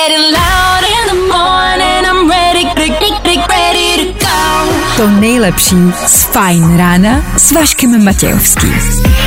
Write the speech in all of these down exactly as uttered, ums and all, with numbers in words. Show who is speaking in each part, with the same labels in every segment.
Speaker 1: To nejlepší z Fajn rána s Vaškem Matějovským.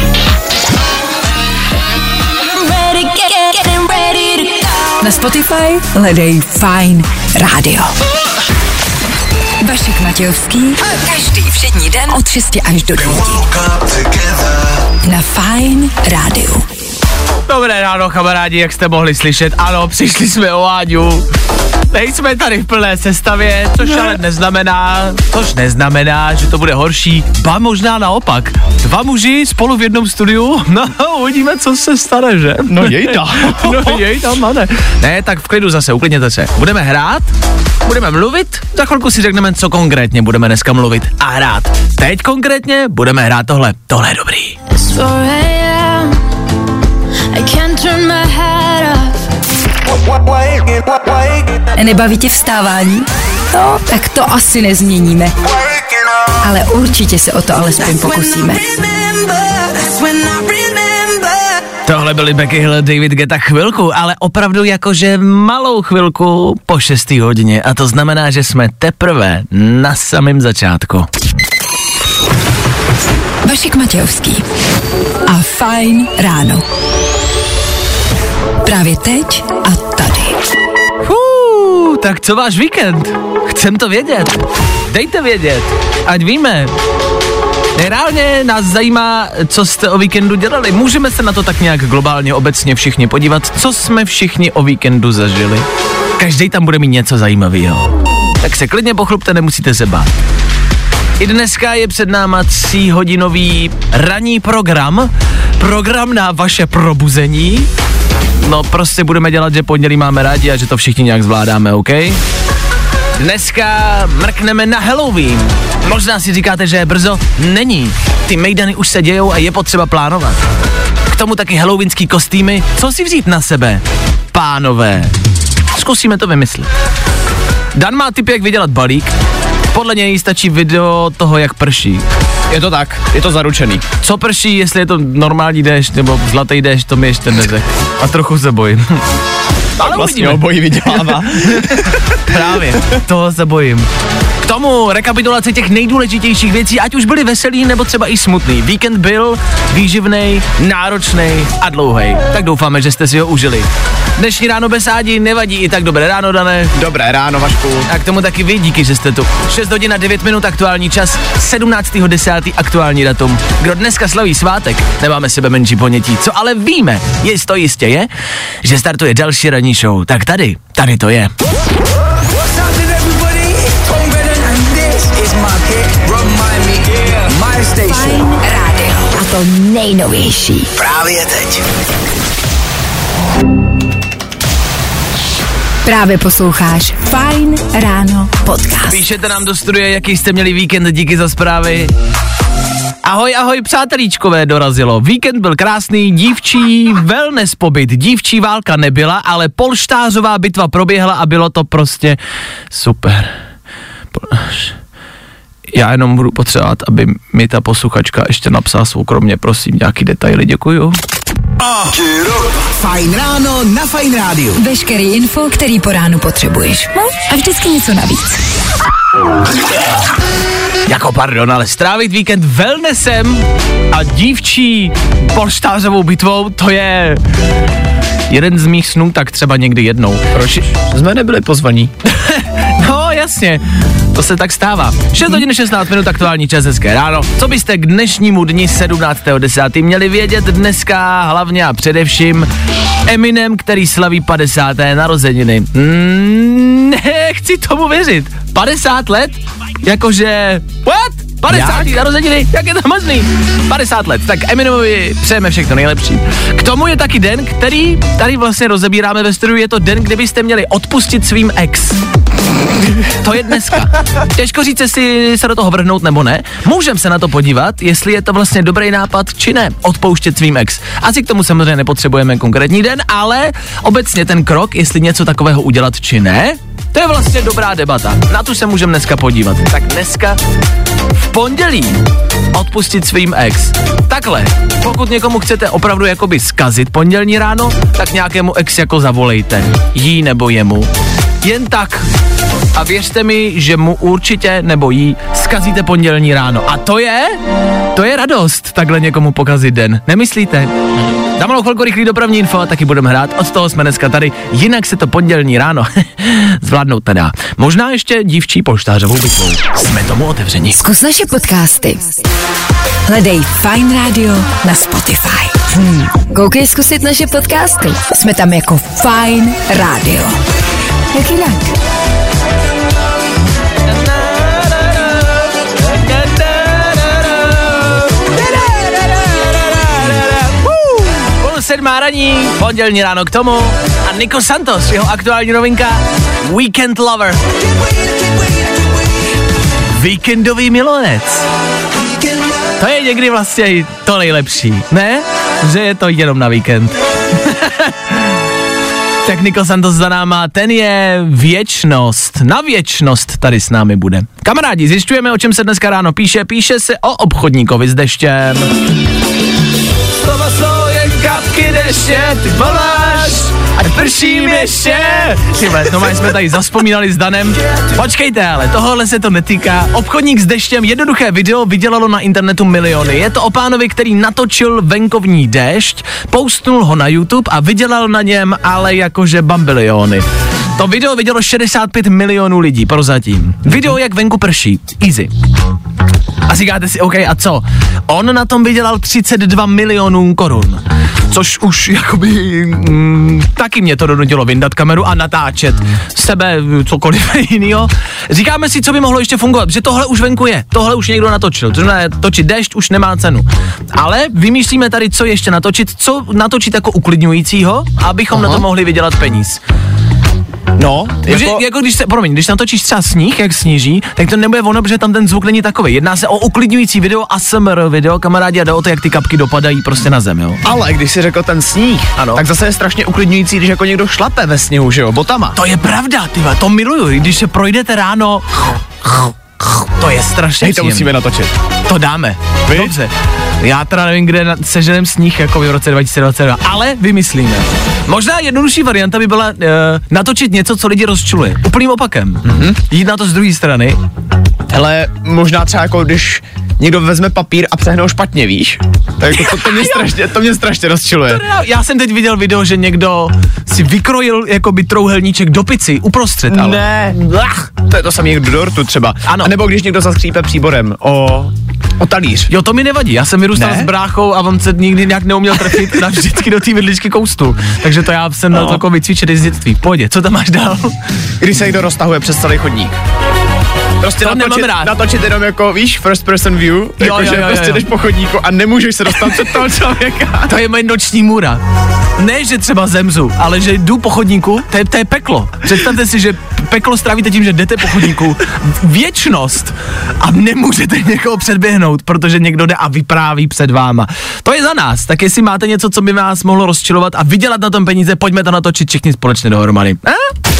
Speaker 1: Na Spotify hledej Fajn rádio. Vašek Matějovský každý všední den od šesti až do devíti. Na Fajn rádiu.
Speaker 2: Dobré ráno, kamarádi, jak jste mohli slyšet. Ano, přišli jsme o Áďu. Nejsme tady v plné sestavě, což ale neznamená, což neznamená, že to bude horší, ba možná naopak. Dva muži spolu v jednom studiu, no uvidíme, co se stane, že?
Speaker 3: No jejda.
Speaker 2: No jejda, mane. Ne, tak v klidu zase, uklidněte se. Budeme hrát, budeme mluvit, za chvilku si řekneme, co konkrétně budeme dneska mluvit a hrát. Teď konkrétně budeme hrát tohle, tohle je dobrý.
Speaker 1: Nebaví tě vstávání? No, tak to asi nezměníme. Ale určitě se o to alespoň pokusíme.
Speaker 2: Tohle byli Becky Hill, David Guetta chvilku, ale opravdu jakože malou chvilku po šestý hodině. A to znamená, že jsme teprve na samém začátku.
Speaker 1: Vašek Matějovský a Fajn ráno. Právě teď a tady.
Speaker 2: Fuu, tak co váš víkend? Chcem to vědět. Dejte vědět, ať víme. Reálně nás zajímá, co jste o víkendu dělali. Můžeme se na to tak nějak globálně obecně všichni podívat, co jsme všichni o víkendu zažili. Každý tam bude mít něco zajímavého. Tak se klidně pochlupte, nemusíte se bát. I dneska je před náma tříhodinový ranní program. Program na vaše probuzení. No prostě budeme dělat, že pondělí máme rádi a že to všichni nějak zvládáme, OK? Dneska mrkneme na Halloween. Možná si říkáte, že je brzo. Není. Ty mejdany už se dějou a je potřeba plánovat. K tomu taky halloweenský kostýmy. Co si vzít na sebe? Pánové. Zkusíme to vymyslet. Dan má tip, jak vydělat balík. Podle něj stačí video toho, jak prší.
Speaker 3: Je to tak, je to zaručený.
Speaker 2: Co prší, jestli je to normální déšť nebo zlatý déšť, to mi ještě neřek. A trochu se bojím. Ale
Speaker 3: vlastně obojí vydělává.
Speaker 2: Právě, toho se bojím. K tomu rekapitulace těch nejdůležitějších věcí, ať už byly veselý nebo třeba i smutný. Víkend byl výživnej, náročnej a dlouhej. Tak doufáme, že jste si ho užili. Dnešní ráno bez Ádi nevadí, i tak dobré ráno, Dané.
Speaker 3: Dobré ráno, Vašku.
Speaker 2: A k tomu taky vy, díky, že jste tu. šest hodin a devět minut aktuální čas, sedmnáctého desátého aktuální datum. Kdo dneska slaví svátek, nemáme sebe menší ponětí. Co ale víme, jisto jistě je, že startuje další ranní show. Tak tady, tady to je.
Speaker 1: Fajn rádio. A to nejnovější.
Speaker 2: Právě teď.
Speaker 1: Právě posloucháš Fajn ráno podcast.
Speaker 2: Píšete nám do studia, jaký jste měli víkend, díky za zprávy. Ahoj, ahoj, přátelíčkové, dorazilo. Víkend byl krásný, dívčí wellness pobyt, dívčí válka nebyla, ale polštářová bitva proběhla a bylo to prostě super. Já jenom budu potřebovat, aby mi ta posluchačka ještě napsala soukromně, prosím, nějaký detaily, děkuju.
Speaker 4: Fajn ráno na Fajn rádiu.
Speaker 1: Veškerý info, který po ránu potřebuješ. No? A vždycky něco navíc.
Speaker 2: Jako pardon, ale strávit víkend wellnessem a dívčí polštářovou bitvou, to je jeden z mých snů, tak třeba někdy jednou.
Speaker 3: Proč jsme nebyli pozvaní?
Speaker 2: No jasně, to se tak stává. šest hodin šestnáct minut aktuální čas, hezké ráno. Co byste k dnešnímu dni sedmnáctého desátého měli vědět dneska hlavně a především Eminem, který slaví padesáté narozeniny. Mm, nechci tomu věřit. padesát let? Jakože, what? padesátý narozeniny? Jak je to možný? padesát let. Tak Eminemovi přejeme všechno nejlepší. K tomu je taky den, který tady vlastně rozebíráme ve studiu. Je to den, kdy byste měli odpustit svým ex. To je dneska. Těžko říct, jestli se do toho vrhnout nebo ne. Můžeme se na to podívat, jestli je to vlastně dobrý nápad či ne, odpouštět svým ex. Asi k tomu samozřejmě nepotřebujeme konkrétní den, ale obecně ten krok, jestli něco takového udělat či ne, to je vlastně dobrá debata. Na tu se můžeme dneska podívat. Tak dneska v pondělí odpustit svým ex. Takhle, pokud někomu chcete opravdu jakoby zkazit pondělní ráno, tak nějakému ex jako zavolejte. Jí nebo jemu. Jen tak. A věřte mi, že mu určitě nebo jí zkazíte pondělní ráno. A to je, to je radost, takhle někomu pokazit den. Nemyslíte? Za malou chvilku rychlý dopravní info a taky budeme hrát. Od toho jsme dneska tady. Jinak se to pondělní ráno zvládnout nedá. Možná ještě dívčí polštářovou bitvou. Jsme tomu otevřeni.
Speaker 1: Zkus naše podcasty. Hledej Fajn Radio na Spotify. Hmm. Koukej zkusit naše podcasty. Jsme tam jako Fajn Radio. Jak jinak?
Speaker 2: Sedmá raní, pondělní ráno k tomu a Nico Santos, jeho aktuální novinka Weekend Lover. Víkendový milovec. To je někdy vlastně to nejlepší, ne? Že je to jenom na víkend. Tak Nico Santos za náma, ten je věčnost, na věčnost tady s námi bude. Kamarádi, zjišťujeme, o čem se dneska ráno píše, píše se o obchodníkovi s deštěm. Slova jsou jen kapky deště, ty voláš, ať prším ještě. Tyhle, no jsme tady zaspomínali s Danem. Počkejte, ale tohle se to netýká. Obchodník s deštěm, jednoduché video, vydělalo na internetu miliony. Je to o pánovi, který natočil venkovní déšť, postnul ho na YouTube a vydělal na něm ale jakože bambiliony. To video vidělo šedesát pět milionů lidí prozatím. Video, jak venku prší. Easy. A říkáte si, OK, a co? On na tom vydělal třicet dva milionů korun. Což už jakoby mm, taky mě to donutilo vyndat kameru a natáčet sebe, cokoliv jinýho. Říkáme si, co by mohlo ještě fungovat, že tohle už venku je, tohle už někdo natočil, to znamená, točit déšť už nemá cenu. Ale vymýšlíme tady, co ještě natočit, co natočit jako uklidňujícího, abychom Aha. na to mohli vydělat peníz.
Speaker 3: No,
Speaker 2: jako... Že, jako když se, promiň, když natočíš třeba sníh, jak sníží, tak to nebude ono, protože tam ten zvuk není takový. Jedná se o uklidňující video, A S M R video, kamarádi, a jde o to, jak ty kapky dopadají prostě na zem, jo.
Speaker 3: Ale když si řekl ten sníh, ano. tak zase je strašně uklidňující, když jako někdo šlape ve sněhu, že jo, botama.
Speaker 2: To je pravda, tyva, to miluju, když se projdete ráno, to je strašně
Speaker 3: Hej, to příjemný. Musíme natočit.
Speaker 2: To dáme, Vy? Dobře. Já teda nevím, kde na, seženem sníh jako v roce dva tisíce dvacet dva, ale vymyslíme. Možná jednodušší varianta by byla uh, natočit něco, co lidi rozčiluje. Úplným opakem. Mm-hmm. Jít na to z druhé strany.
Speaker 3: Hele, možná třeba jako když někdo vezme papír a přehne ho špatně, víš? Tak to, to, to, mě strašně, to mě strašně rozčiluje.
Speaker 2: Já jsem teď viděl video, že někdo si vykrojil jakoby trouhelníček do pici uprostřed, ale...
Speaker 3: Ne, Ach, to je to samý jak do dortu třeba.
Speaker 2: Ano.
Speaker 3: A nebo když někdo zaskřípe příborem o, o talíř.
Speaker 2: Jo, to mi nevadí, já jsem vyrůstal ne? s bráchou a on se nikdy nějak neuměl trefit na vždycky do té vidličky koustu. Takže to já jsem no. na to vycvičený z dětství. Pojď, co tam máš dál?
Speaker 3: Když se někdo roztahuje přes celý chodník. Prostě to natočit, natočit jenom jako, víš, first person view, jakože prostě jdeš po chodníku a nemůžeš se dostat před toho člověka.
Speaker 2: To je moje noční můra. Ne, že třeba zemřu, ale že jdu po chodníku, to je, to je peklo. Představte si, že peklo strávíte tím, že jdete po chodníku věčnost a nemůžete někoho předběhnout, protože někdo jde a vypráví před váma. To je za nás, tak jestli máte něco, co by vás mohlo rozčilovat a vydělat na tom peníze, pojďme to natočit všichni společně dohromady. Eh?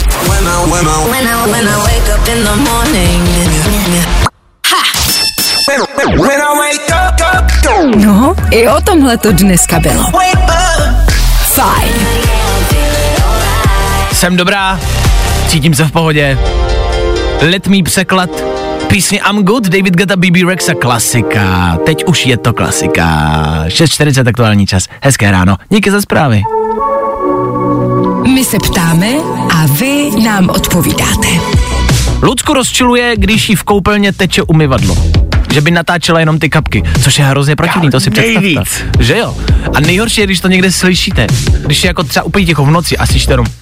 Speaker 1: No, i o tomhle to dneska bylo. Fajn.
Speaker 2: Jsem dobrá, cítím se v pohodě. Let me překlad písně I'm Good, David Guetta, B B Rexa, klasika. Teď už je to klasika. šest čtyřicet aktuální čas. Hezké ráno. Díky za zprávy.
Speaker 1: My se ptáme a vy nám odpovídáte.
Speaker 2: Lucku rozčiluje, když jí v koupelně teče umyvadlo. Že by natáčela jenom ty kapky, což je hrozně protivný, to si představte. Že jo? A nejhorší je, když to někde slyšíte. Když je jako třeba úplně ticho v noci a slyšíte jenom...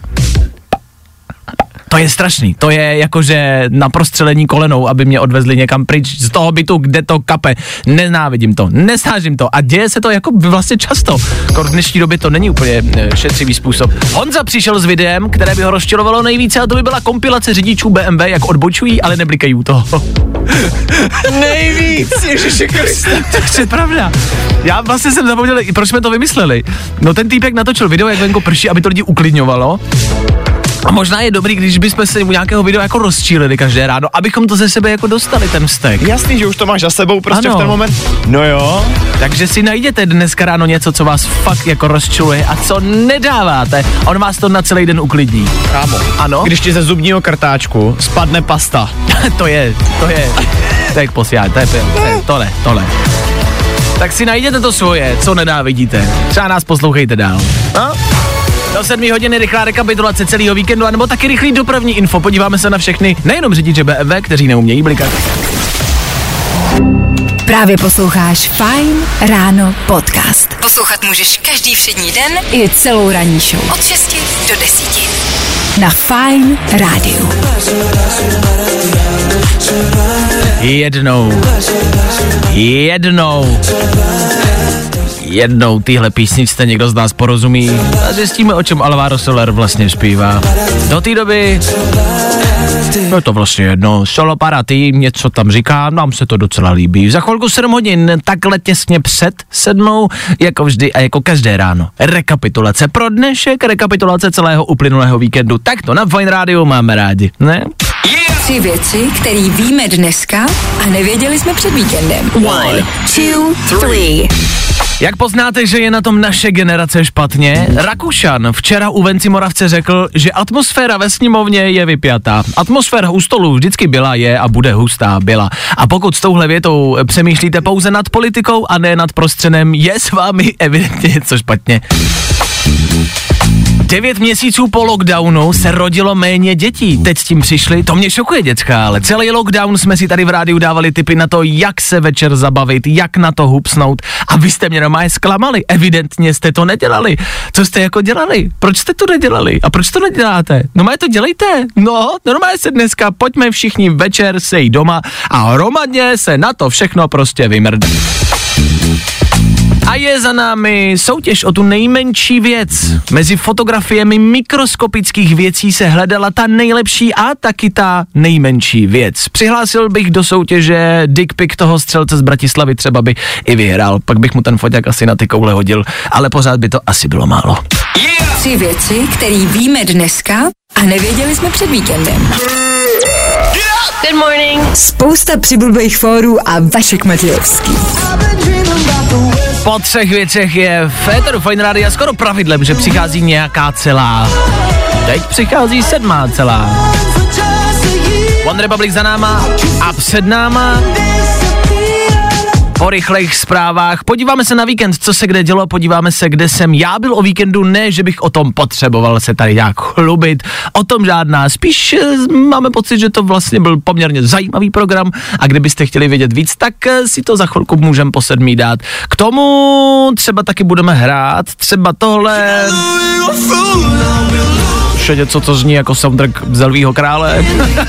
Speaker 2: To je strašný, to je jakože na prostřelení kolenou, aby mě odvezli někam pryč z toho bytu, kde to kape. Nenávidím to, nesnážím to a děje se to jako vlastně často. V dnešní době to není úplně šetřivý způsob. Honza přišel s videem, které by ho rozčilovalo nejvíce, a to by byla kompilace řidičů B M W, jak odbočují, ale neblikají u toho.
Speaker 3: Nejvíc, Ježiši Kriste.
Speaker 2: To je pravda. Já vlastně jsem zapomněl, proč jsme to vymysleli. No ten týpek natočil video, jak venku prší, aby to lidi uklidňovalo. A možná je dobrý, když bychom se u nějakého videa jako rozčílili každé ráno, abychom to ze sebe jako dostali, ten vztek.
Speaker 3: Jasný, že už to máš za sebou prostě ano. v ten moment. No jo.
Speaker 2: Takže si najděte dneska ráno něco, co vás fakt jako rozčiluje a co nedáváte. On vás to na celý den uklidní.
Speaker 3: Kámo.
Speaker 2: Ano?
Speaker 3: Když ti ze zubního krtáčku spadne pasta.
Speaker 2: to je, to je, to je k posílání, to je, to je, to ne, to ne. Tak si najděte to svoje, co nenávidíte. Třeba nás poslouchejte dál. No? Do sedmi hodiny rychlá rekapitulace celého víkendu, anebo taky rychlý dopravní info. Podíváme se na všechny, nejenom řidiče bé em vé, kteří neumějí blikat.
Speaker 1: Právě posloucháš Fajn ráno podcast. Poslouchat můžeš každý všední den i celou ranní show. Od šesti do desíti. Na Fajn rádiu.
Speaker 2: Jednou. Jednou. Jednou týhle písničce někdo z nás porozumí a zjistíme, o čem Alvaro Soler vlastně zpívá. Do té doby je to vlastně jedno, solo para tým, něco tam říká, nám se to docela líbí. Za chvilku sedm hodin, takhle těsně před sedmou, jako vždy a jako každé ráno. Rekapitulace pro dnešek, rekapitulace celého uplynulého víkendu. Tak to na Fajn rádiu máme rádi, ne?
Speaker 1: Tři věci, které víme dneska a nevěděli jsme před víkendem. One, two, three.
Speaker 2: Jak poznáte, že je na tom naše generace špatně? Rakušan včera u Venci Moravce řekl, že atmosféra ve sněmovně je vypjatá. Atmosféra u stolu vždycky byla, je a bude hustá, byla. A pokud s touhle větou přemýšlíte pouze nad politikou a ne nad prostřenem, je s vámi evidentně něco špatně. Devět měsíců po lockdownu se rodilo méně dětí. Teď s tím přišli, to mě šokuje, děcka, ale celý lockdown jsme si tady v rádiu dávali tipy na to, jak se večer zabavit, jak na to hupsnout. A vy jste mě normálně zklamali, evidentně jste to nedělali. Co jste jako dělali? Proč jste to nedělali? A proč to neděláte? Normálně to dělejte. No, normálně se dneska pojďme všichni večer sejít doma a hromadně se na to všechno prostě vymrdat. A je za námi soutěž o tu nejmenší věc. Mezi fotografiemi mikroskopických věcí se hledala ta nejlepší a taky ta nejmenší věc. Přihlásil bych do soutěže dick pic toho střelce z Bratislavy, třeba by i vyhrál. Pak bych mu ten foťák asi na ty koule hodil, ale pořád by to asi bylo málo.
Speaker 1: Yeah! Tři věci, které víme dneska a nevěděli jsme před víkendem.
Speaker 5: Good morning.
Speaker 1: Spousta přibulbých fórů a Vašek Matějovský.
Speaker 2: Po třech věcech je v éteru Fajn rádia skoro pravidlem, že přichází nějaká celá. Teď přichází sedmá celá. One Republic za náma a před náma. Po rychlejch zprávách podíváme se na víkend, co se kde dělo, podíváme se, kde jsem já byl o víkendu, ne, že bych o tom potřeboval se tady nějak chlubit, o tom žádná, spíš máme pocit, že to vlastně byl poměrně zajímavý program a kdybyste chtěli vědět víc, tak si to za chvilku můžeme po sedmí dát. K tomu třeba taky budeme hrát, třeba tohle... Už je něco, co zní jako soundtrack z Elvího krále.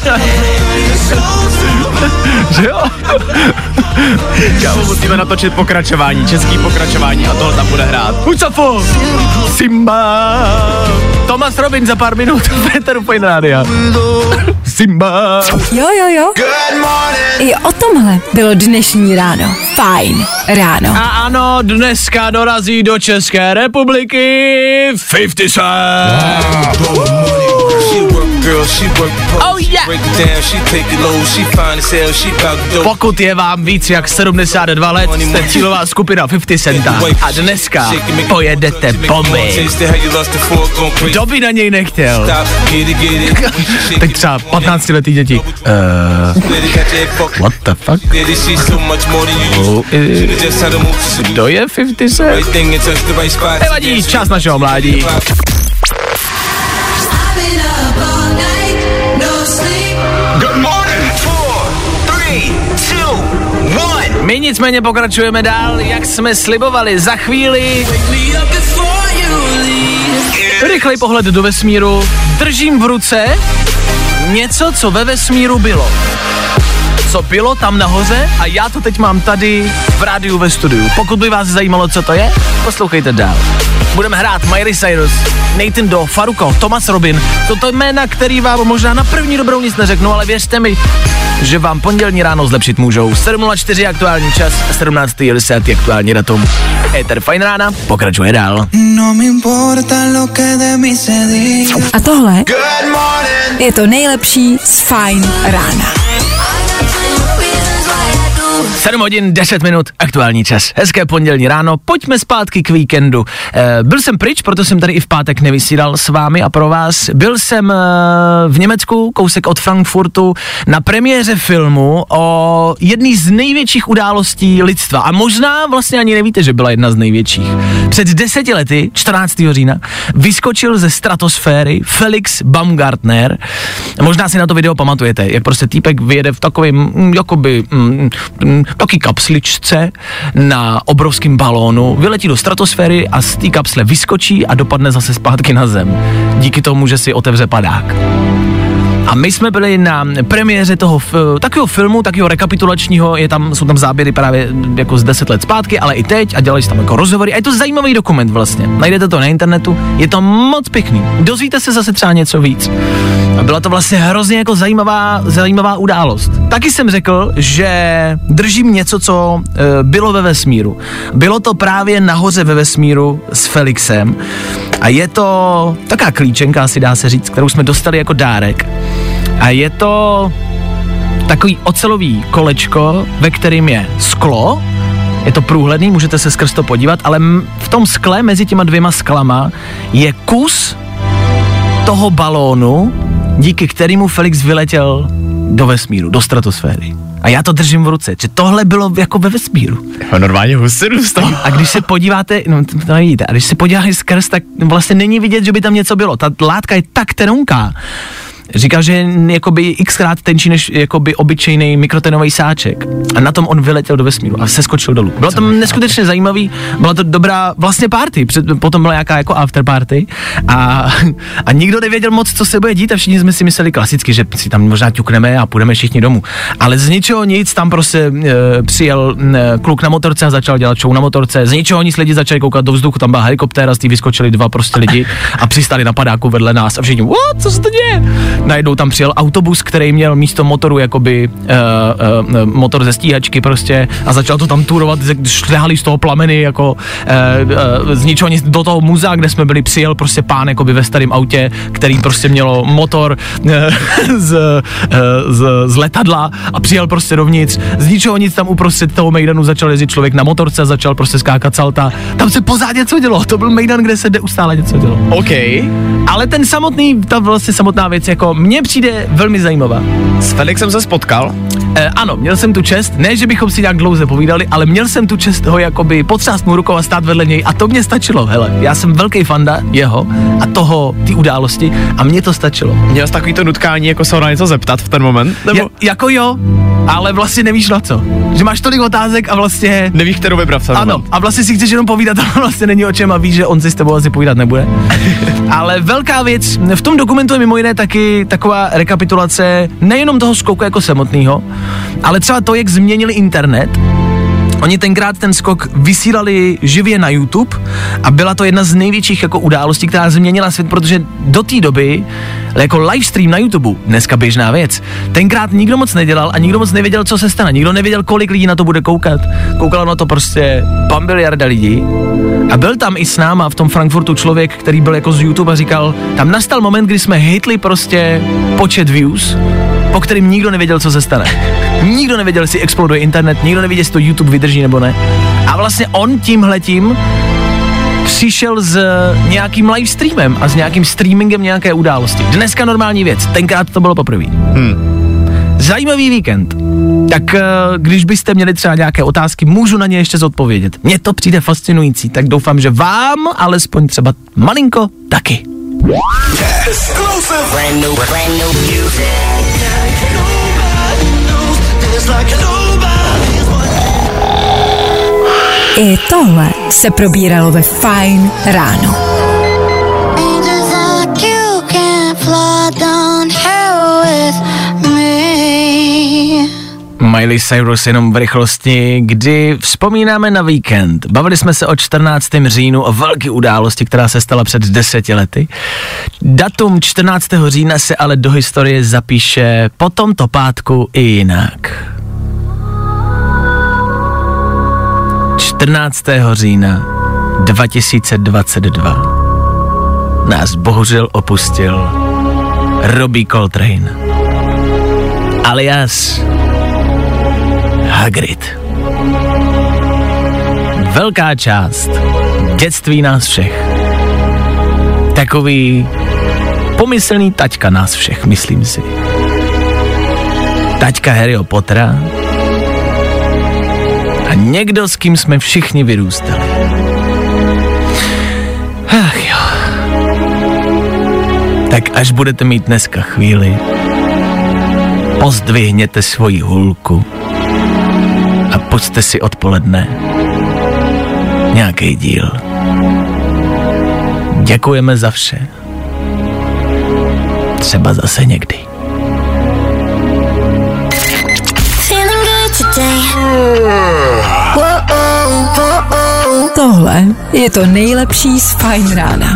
Speaker 2: Že jo?
Speaker 3: Kámo, musíme natočit pokračování, český pokračování a tohle tam bude hrát.
Speaker 2: Hucafo! Simba! Thomas Robin za pár minut v éteru Fajn rádia. Simba!
Speaker 1: Jo, jo, jo. I o tomhle bylo dnešní ráno. Fajn ráno.
Speaker 2: A ano, dneska dorazí do České republiky fifty Cent. Oh yeah! Pokud je vám víc jak sedmdesát dva let, jste cílová skupina fifty Centa a dneska pojedete bomby. Kdo by na něj nechtěl? Teď třeba patnáctiletý děti. Uh, what the fuck? Oh, kdo je fifty Cent? Nevadí, čas našeho mládí. My nicméně pokračujeme dál, jak jsme slibovali, za chvíli. Rychlej pohled do vesmíru. Držím v ruce něco, co ve vesmíru bylo. Co bylo tam nahoře a já to teď mám tady v rádiu ve studiu. Pokud by vás zajímalo, co to je, poslouchejte dál. Budeme hrát Miley Cyrus, Nathan Doe, Faruko, Thomas Robin. Toto jména, který vám možná na první dobrou nic neřeknu, ale věřte mi, že vám pondělní ráno zlepšit můžou. sedm nula čtyři aktuální čas, sedmnáctého desátého aktuální datum. Éter Fajn rána, pokračuje dál.
Speaker 1: A tohle je to nejlepší z Fajn rána.
Speaker 2: sedm hodin, deset minut, aktuální čas. Hezké pondělní ráno, pojďme zpátky k víkendu. E, byl jsem pryč, proto jsem tady i v pátek nevysílal s vámi a pro vás. Byl jsem e, v Německu, kousek od Frankfurtu, na premiéře filmu o jedné z největších událostí lidstva. A možná vlastně ani nevíte, že byla jedna z největších. Před deseti lety, čtrnáctého října, vyskočil ze stratosféry Felix Baumgartner. Možná si na to video pamatujete, jak prostě týpek vyjede v takovém, jakoby, mm, taky kapsličce na obrovském balónu, vyletí do stratosféry a z té kapsle vyskočí a dopadne zase zpátky na zem. Díky tomu, že si otevře padák. A my jsme byli na premiéře toho takového filmu, takového rekapitulačního, je tam, jsou tam záběry právě jako z deset let zpátky, ale i teď a dělali tam jako rozhovory a je to zajímavý dokument vlastně. Najdete to na internetu, je to moc pěkný. Dozvíte se zase třeba něco víc. A byla to vlastně hrozně jako zajímavá, zajímavá událost. Taky jsem řekl, že držím něco, co e, bylo ve vesmíru. Bylo to právě nahoře ve vesmíru s Felixem a je to taková klíčenka, asi dá se říct, kterou jsme dostali jako dárek. A je to takový ocelový kolečko, ve kterém je sklo, je to průhledný, můžete se skrz to podívat, ale v tom skle, mezi těma dvěma sklama, je kus toho balónu, díky kterému Felix vyletěl do vesmíru, do stratosféry. A já to držím v ruce, že tohle bylo jako ve vesmíru.
Speaker 3: Normálně husinu z toho.
Speaker 2: A když se podíváte, no to nevidíte, a když se podíváte skrz, tak vlastně není vidět, že by tam něco bylo. Ta látka je tak tenonká. Říkal, že je jakoby xkrát tenčí než jakoby obyčejný mikrotenový sáček. A na tom on vyletěl do vesmíru a seskočil dolů. Bylo to neskutečně zajímavý, byla to dobrá vlastně party, před, potom byla nějaká jako after party a, a nikdo nevěděl moc, co se bude dít a všichni jsme si mysleli klasicky, že si tam možná ťukneme a půjdeme všichni domů. Ale z ničeho nic tam prostě e, přijel e, kluk na motorce a začal dělat show na motorce. Z ničeho nic lidi začali koukat do vzduchu, tam byla helikoptéra, z té vyskočili dva prostě lidi a přistali na padáku vedle nás a všichni, what, co se to děje? Najednou tam přijel autobus, který měl místo motoru jakoby uh, uh, motor ze stíhačky prostě a začal to tam turovat, šlehali z toho plameny jako uh, uh, z ničeho nic do toho muzea, kde jsme byli, přijel prostě pán jakoby ve starém autě, který prostě mělo motor uh, z, uh, z, z letadla a přijel prostě dovnitř. Z ničeho nic tam uprostřed toho mejdanu začal jezdit člověk na motorce a začal prostě skákat salta. Tam se pořád něco dělo, to byl mejdan, kde se neustále něco dělo.
Speaker 3: OK.
Speaker 2: Ale ten samotný, ta vlastně samotná věc jako mně přijde velmi zajímavá.
Speaker 3: S Felixem se spotkal?
Speaker 2: E, ano, měl jsem tu čest, ne, že bychom si nějak dlouze povídali, ale měl jsem tu čest ho jakoby potřást mu rukou a stát vedle něj a to mě stačilo, hele. Já jsem velký fanda jeho a toho, ty události a mně to stačilo.
Speaker 3: Měl jsi takový to nutkání, jako se ho na něco zeptat v ten moment? Nebo?
Speaker 2: Ja, jako jo, ale vlastně nevíš na co. Že máš tolik otázek a vlastně...
Speaker 3: Nevíš, kterou vybrat v ten
Speaker 2: Ano,
Speaker 3: moment.
Speaker 2: a vlastně si chceš jenom povídat, ale vlastně není o čem a víš, že on si s tebou asi povídat nebude. Ale velká věc, v tom dokumentu je mimo jiné taky taková rekapitulace nejenom toho skoku jako samotného, ale třeba to, jak změnili internet. Oni tenkrát ten skok vysílali živě na YouTube a byla to jedna z největších jako událostí, která změnila svět, protože do té doby jako livestream na YouTube, dneska běžná věc, tenkrát nikdo moc nedělal a nikdo moc nevěděl, co se stane. Nikdo nevěděl, kolik lidí na to bude koukat. Koukalo na to prostě pambiliarda lidí a byl tam i s náma v tom Frankfurtu člověk, který byl jako z YouTube a říkal, tam nastal moment, kdy jsme hitli prostě počet views, po kterým nikdo nevěděl, co se stane. Nikdo nevěděl, jestli exploduje internet, nikdo nevěděl, jestli to YouTube vydrží nebo ne. A vlastně on tímhletím přišel s nějakým live streamem a s nějakým streamingem nějaké události. Dneska normální věc, tenkrát to bylo poprvé. Hmm. Zajímavý víkend. Tak když byste měli třeba nějaké otázky, můžu na ně ještě zodpovědět. Mně to přijde fascinující, tak doufám, že vám alespoň třeba malinko taky.
Speaker 1: I tohle se probíralo ve Fajn ráno.
Speaker 2: Miley Cyrus jenom v rychlosti, kdy vzpomínáme na víkend. Bavili jsme se o čtrnáctého říjnu, o velké události, která se stala před deseti lety. Datum čtrnáctého října se ale do historie zapíše po tomto pátku i jinak. čtrnáctého října dva tisíce dvacet dva nás bohužel opustil Robbie Coltrane, alias Hagrid. Velká část dětství nás všech. Takový pomyslný taťka nás všech, myslím si. Taťka Harryho Pottera a někdo, s kým jsme všichni vyrůstali. Ach jo. Tak až budete mít dneska chvíli, pozdvihněte svoji hůlku a pojďte si odpoledne nějaký díl. Děkujeme za vše. Třeba zase někdy.
Speaker 1: Tohle je to nejlepší z Fajn rána.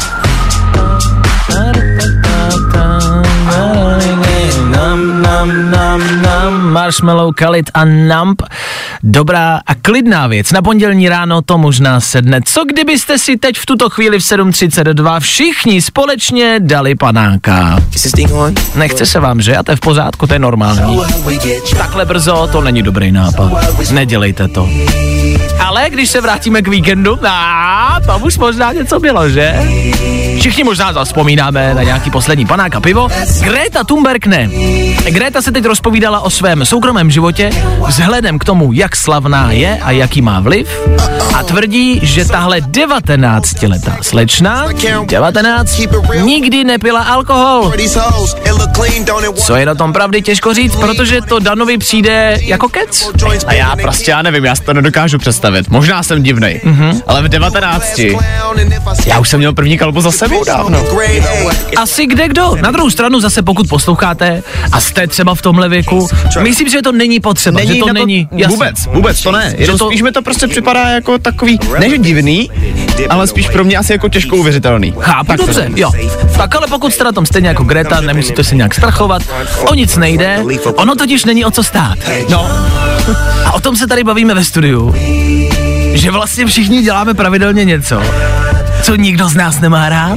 Speaker 2: Marshmallow, Khalid a Numb. Dobrá a klidná věc. Na pondělní ráno to možná sedne. Co kdybyste si teď v tuto chvíli v sedm třicet dva všichni společně dali panáka? Nechce se vám, že? A to je v pořádku, to je normální. Takhle brzo to není dobrý nápad. Nedělejte to. Ale když se vrátíme k víkendu, a tam už možná něco bylo, že? Všichni možná zavzpomínáme na nějaký poslední panák a pivo. Greta Thunberg ne. Greta se teď rozpovídala o svém soukromém životě vzhledem k tomu, jak slavná je a jaký má vliv, a tvrdí, že tahle devatenáctiletá slečna, devatenáct, nikdy nepila alkohol. Co je na tom pravdy, těžko říct, protože to Danovi přijde jako kec.
Speaker 3: A já prostě, já nevím, já si to nedokážu představit. Možná jsem divnej, mm-hmm. ale v devatenácti já už jsem měl první kalbu za sebou dávno.
Speaker 2: Asi kde kdo. Na druhou stranu zase, pokud posloucháte a jste třeba v tomhle věku, myslím, že to není potřeba, není že to, to není.
Speaker 3: Jasný. Vůbec, vůbec to ne. Jenom to... spíš mi to prostě připadá jako takový, ne že divný, ale spíš pro mě asi jako těžko uvěřitelný.
Speaker 2: Chápu, tak dobře, jo. Tak ale pokud jste na tom stejně jako Greta, nemusíte se nějak strachovat, o nic nejde, ono totiž není o co stát. No. A o tom se tady bavíme ve studiu, že vlastně všichni děláme pravidelně něco, co nikdo z nás nemá rád.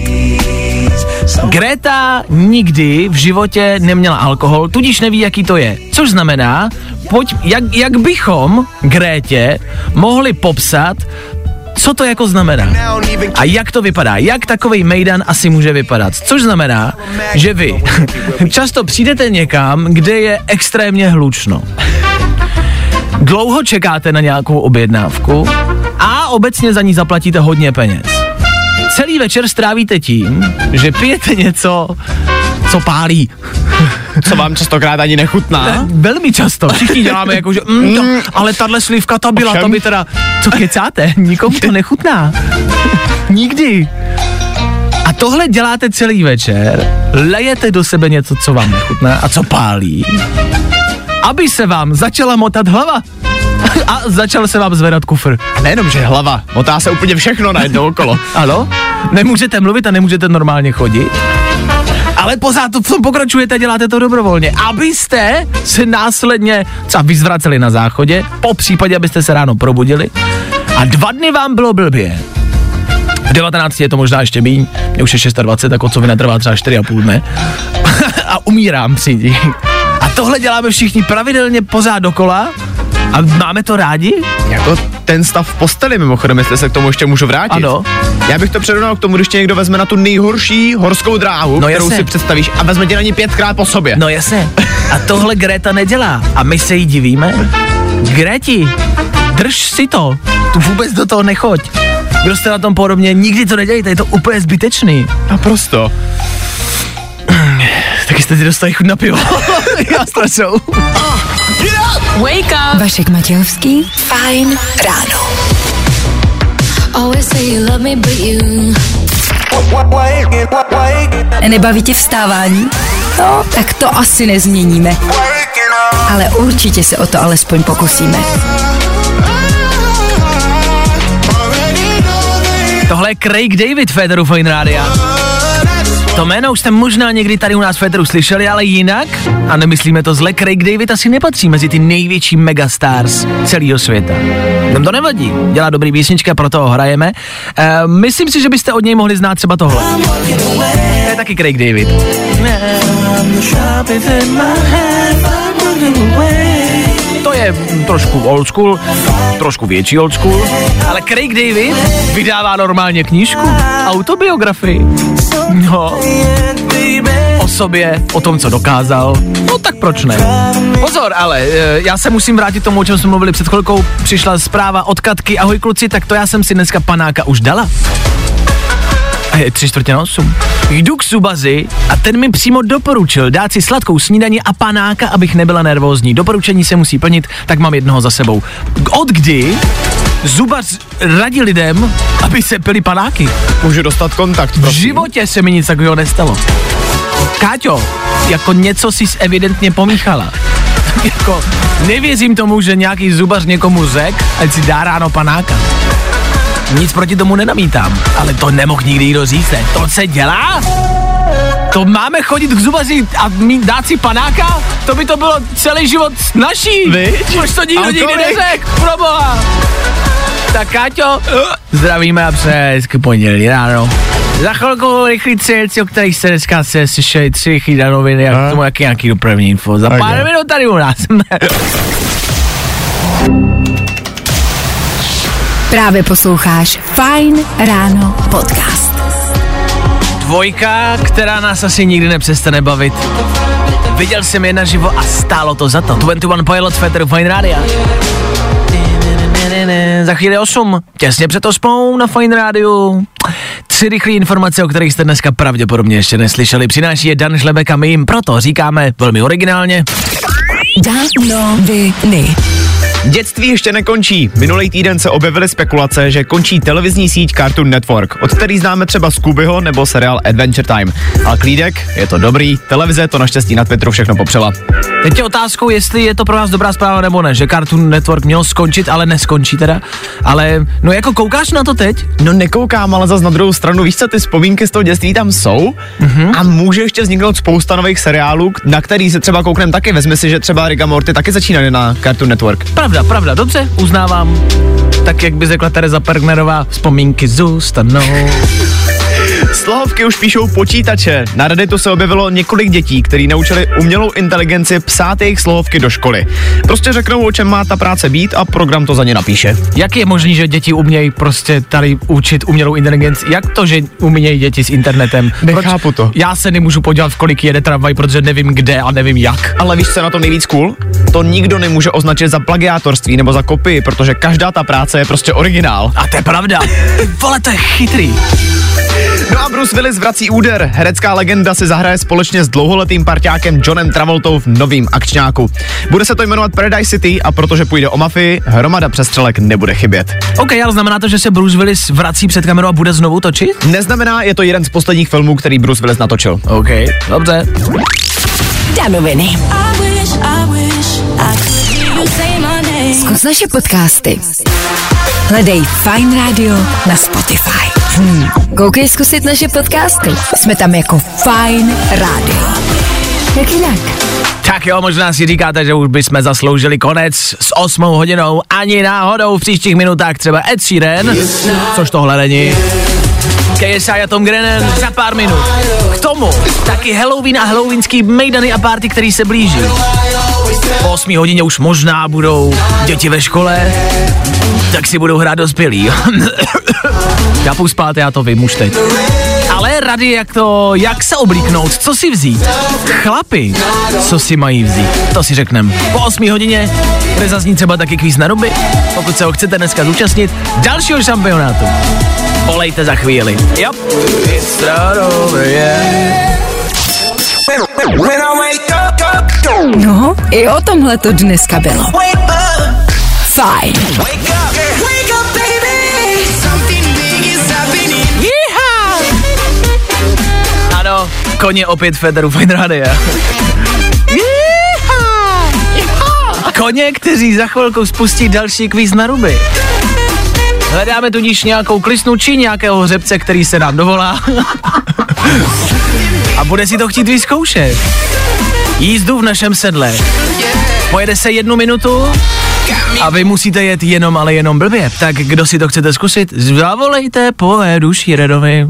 Speaker 2: Greta nikdy v životě neměla alkohol, tudíž neví, jaký to je. Což znamená, pojď, jak, jak bychom Grétě mohli popsat, co to jako znamená a jak to vypadá, jak takovej mejdan asi může vypadat. Což znamená, že vy často přijdete někam, kde je extrémně hlučno. Dlouho čekáte na nějakou objednávku a obecně za ní zaplatíte hodně peněz. Celý večer strávíte tím, že pijete něco, co pálí.
Speaker 3: Co vám častokrát ani nechutná?
Speaker 2: Ne, velmi často. Všichni děláme jako, že mm, to, ale tahle slivka ta byla, to by teda, co kecáte, nikomu to nechutná. Nikdy. A tohle děláte celý večer, lejete do sebe něco, co vám nechutná a co pálí, aby se vám začala motat hlava. A začal se vám zvedat kufr.
Speaker 3: A nejenom, že hlava, motá se úplně všechno najednou okolo.
Speaker 2: Ano? Nemůžete mluvit a nemůžete normálně chodit? Ale pořád to v tom pokračujete, děláte to dobrovolně, abyste se následně třeba vyzvraceli na záchodě, po případě, abyste se ráno probudili a dva dny vám bylo blbě. V devatenácti je to možná ještě míň, mě už je dvacet šest, tak otcovi netrvá třeba čtyři a půl dne a umírám přijdi. A tohle děláme všichni pravidelně pořád dokola. A máme to rádi?
Speaker 3: Jako ten stav v posteli mimochodem, jestli se k tomu ještě můžu vrátit.
Speaker 2: Ano.
Speaker 3: Já bych to přirovnal k tomu, když tě někdo vezme na tu nejhorší horskou dráhu, no kterou jasně. si představíš a vezme tě na ní pětkrát po sobě.
Speaker 2: No jasně. A tohle Greta nedělá. A my se jí divíme. Greti, drž si to. Tu vůbec do toho nechoď. Kdo jste na tom podobně, nikdy to nedělejte, je to úplně zbytečný.
Speaker 3: Naprosto.
Speaker 2: Taky jste si dostali chuť na pivo. Já strašou.
Speaker 1: Wake up! Vašek Matějovský, Fajn ráno. Nebaví tě vstávání? No, tak to asi nezměníme. Ale určitě se o to alespoň pokusíme.
Speaker 2: Tohle je Craig David v éteru Fajn Rádia. To jméno už jste možná někdy tady u nás v éteru slyšeli, ale jinak, a nemyslíme to zle, Craig David asi nepatří mezi ty největší megastars celého světa. Nám to nevadí, dělá dobrý písničky a proto ho hrajeme. Uh, myslím si, že byste od něj mohli znát třeba tohle. To je taky Craig David. To je trošku old school, trošku větší old school, ale Craig David vydává normálně knížku, autobiografii. No, o sobě, o tom, co dokázal, no tak proč ne? Pozor, ale já se musím vrátit tomu, o čem jsme mluvili před chvilkou. Přišla zpráva od Katky, ahoj kluci, tak to já jsem si dneska panáka už dala. A je tři čtvrtě na osm. Jdu k Subazi a ten mi přímo doporučil dát si sladkou snídani a panáka, abych nebyla nervózní. Doporučení se musí plnit, tak mám jednoho za sebou. Od kdy Zubař radí lidem, aby se pili panáky?
Speaker 3: Můžu dostat kontakt, prosím.
Speaker 2: V životě se mi nic takového nestalo. Káťo, jako něco jsi evidentně pomíchala. Jako nevěřím tomu, že nějaký zubař někomu řek, ať si dá ráno panáka. Nic proti tomu nenamítám, ale to nemohl nikdy nikdo říct, ne? To se dělá? To máme chodit k zubaři a mít dát si panáka? To by to bylo celý život naší. Proč to nikdo nikdy neřekl? Proboha. Tak Káťo, zdravíme a přeje hezky pondělí ráno. Za chvilku rychlý tři, o kterých se dneska se slyšeli tři rychlý danoviny, jak k tomu jaký nějaký dopravní info. Za pár minut tady u nás.
Speaker 1: Právě posloucháš Fajn ráno podcast.
Speaker 2: Dvojka, která nás asi nikdy nepřestane bavit. Viděl jsem je naživo a stálo to za to. dvacet jedna Pilot v éteru Fajn Rádia. Za chvíli osm, těsně před osmou na Fajn Rádiu. Tři rychlé informace, o kterých jste dneska pravděpodobně ještě neslyšeli. Přináší je Dan Žlebek a my jim proto říkáme velmi originálně
Speaker 1: Danoviny.
Speaker 3: Dětství ještě nekončí. Minulý týden se objevily spekulace, že končí televizní síť Cartoon Network, od který známe třeba Scoobyho nebo seriál Adventure Time. Ale klídek, je to dobrý, televize to naštěstí na Twitteru všechno popřela.
Speaker 2: Teď je otázkou, jestli je to pro nás dobrá zpráva nebo ne, že Cartoon Network měl skončit, ale neskončí teda. Ale no jako koukáš na to teď?
Speaker 3: No nekoukám, ale zas na druhou stranu, víš co, ty vzpomínky z toho dětství tam jsou mm-hmm. a může ještě vzniknout spousta nových seriálů, na který se třeba kouknem taky. Vezmi si, že třeba Rick a Morty taky začínaly na Cartoon Network.
Speaker 2: Pravda, pravda, dobře, uznávám. Tak jak by řekla Tereza Pergnerová, vzpomínky zůstanou.
Speaker 3: Slohovky už píšou počítače. Na Redditu se objevilo několik dětí, kteří naučili umělou inteligenci psát jejich slohovky do školy. Prostě řeknou, o čem má ta práce být a program to za ně napíše.
Speaker 2: Jak je možný, že děti umějí prostě tady učit umělou inteligenci? Jak to, že umějí děti s internetem?
Speaker 3: Nechápu to.
Speaker 2: Já se nemůžu podívat, v kolik jede tramvaj, protože nevím kde a nevím jak.
Speaker 3: Ale víš, co na to nejvíc cool? To nikdo nemůže označit za plagiátorství nebo za kopii, protože každá ta práce je prostě originál.
Speaker 2: A to je pravda. Vole, to je chytrý.
Speaker 3: No a Bruce Willis vrací úder. Herecká legenda si zahraje společně s dlouholetým parťákem Johnem Travoltou v novým akčňáku. Bude se to jmenovat Paradise City a protože půjde o mafii, hromada přestřelek nebude chybět.
Speaker 2: OK, ale znamená to, že se Bruce Willis vrací před kamerou a bude znovu točit?
Speaker 3: Neznamená, je to jeden z posledních filmů, který Bruce Willis natočil.
Speaker 2: OK, dobře.
Speaker 1: Danoviny. Zkus naše podcasty. Hledej Fajn Radio na Spotify. Hmm. Koukej zkusit naše podcasty. Jsme tam jako Fajn Radio. Jak jinak?
Speaker 2: Tak jo, možná si říkáte, že už bychom zasloužili konec s osmou hodinou. Ani náhodou v příštích minutách třeba Ed Sheeran, což tohle není. K S I a Tom Grennan za pár minut. K tomu taky Halloween a halloweenský mejdany a party, který se blíží. Po osmý hodině už možná budou děti ve škole, tak si budou hrát dospělí. Já půjdu spát, já to vím už teď. Ale rady, jak to, jak se oblíknout, co si vzít. Chlapi, co si mají vzít, to si řekneme. Po osmý hodině bude zaznít třeba taky kvíz na ruby, pokud se ho chcete dneska zúčastnit dalšího šampionátu. Volejte za chvíli. Jo.
Speaker 1: No, i o tomhle to dneska bylo. Fajn.
Speaker 2: Ano, koně opět v éteru Fajn Rádia. Koně, kteří za chvilku spustí další kvíz na ruby. Hledáme tudíž nějakou klisnu či nějakého hřebce, který se nám dovolá. A bude si to chtít vyzkoušet. Jízdu v našem sedle. Pojede se jednu minutu a vy musíte jet jenom, ale jenom blbě. Tak kdo si to chcete zkusit, zavolejte pojedu Šíredovi.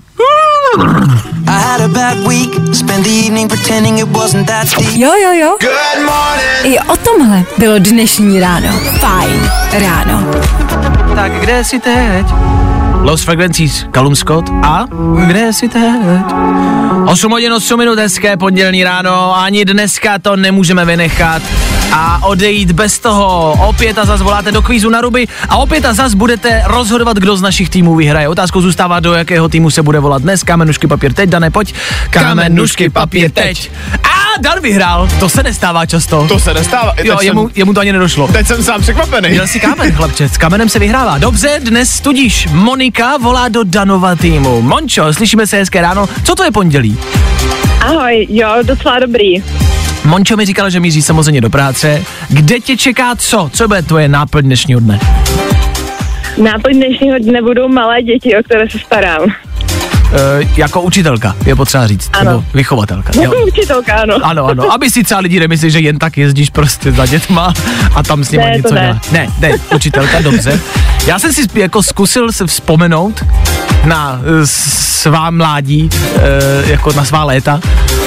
Speaker 1: Jo, jo, jo. I o tomhle bylo dnešní ráno. Fajn ráno.
Speaker 2: Tak kde jsi teď? Los Fragrancies, Callum Scott a kde jsi teď? osm hodin osm minut, hezké pondělní ráno, ani dneska to nemůžeme vynechat a odejít bez toho. Opět a zas voláte do kvízu na ruby a opět a zas budete rozhodovat, kdo z našich týmů vyhraje. Otázkou zůstává, do jakého týmu se bude volat dnes. Kámen, nůžky, papír, teď, Dané, pojď. Kámen, nůžky, papír, teď. A Dan vyhrál, to se nestává často.
Speaker 3: To se nestává.
Speaker 2: Jo, jemu,
Speaker 3: jsem,
Speaker 2: jemu to ani nedošlo.
Speaker 3: Teď jsem sám překvapený.
Speaker 2: Měl si kámen, chlapče, s kamenem se vyhrává. Dobře, dnes tudíž Monika volá do Danova týmu. Mončo, slyšíme se, hezké ráno. Co to je pondělí?
Speaker 5: Ahoj, jo, docela dobrý.
Speaker 2: Mončo mi říkala, že míří samozřejmě do práce. Kde tě čeká co? Co bude tvoje náplň dnešního dne?
Speaker 5: Náplň dnešního dne budou malé děti, o které se starám.
Speaker 2: E, jako učitelka, je potřeba říct.
Speaker 5: Ano.
Speaker 2: Nebo vychovatelka. Jo.
Speaker 5: Jako učitelka, ano.
Speaker 2: Ano, ano, aby si třeba lidi nemyslí, že jen tak jezdíš prostě za dětma a tam s nimi
Speaker 5: Ne,
Speaker 2: něco
Speaker 5: to ne.
Speaker 2: děláš. Ne, ne, učitelka, dobře. Já jsem si jako zkusil se vzpomenout na e, svá mládí, e, jako na svá léta.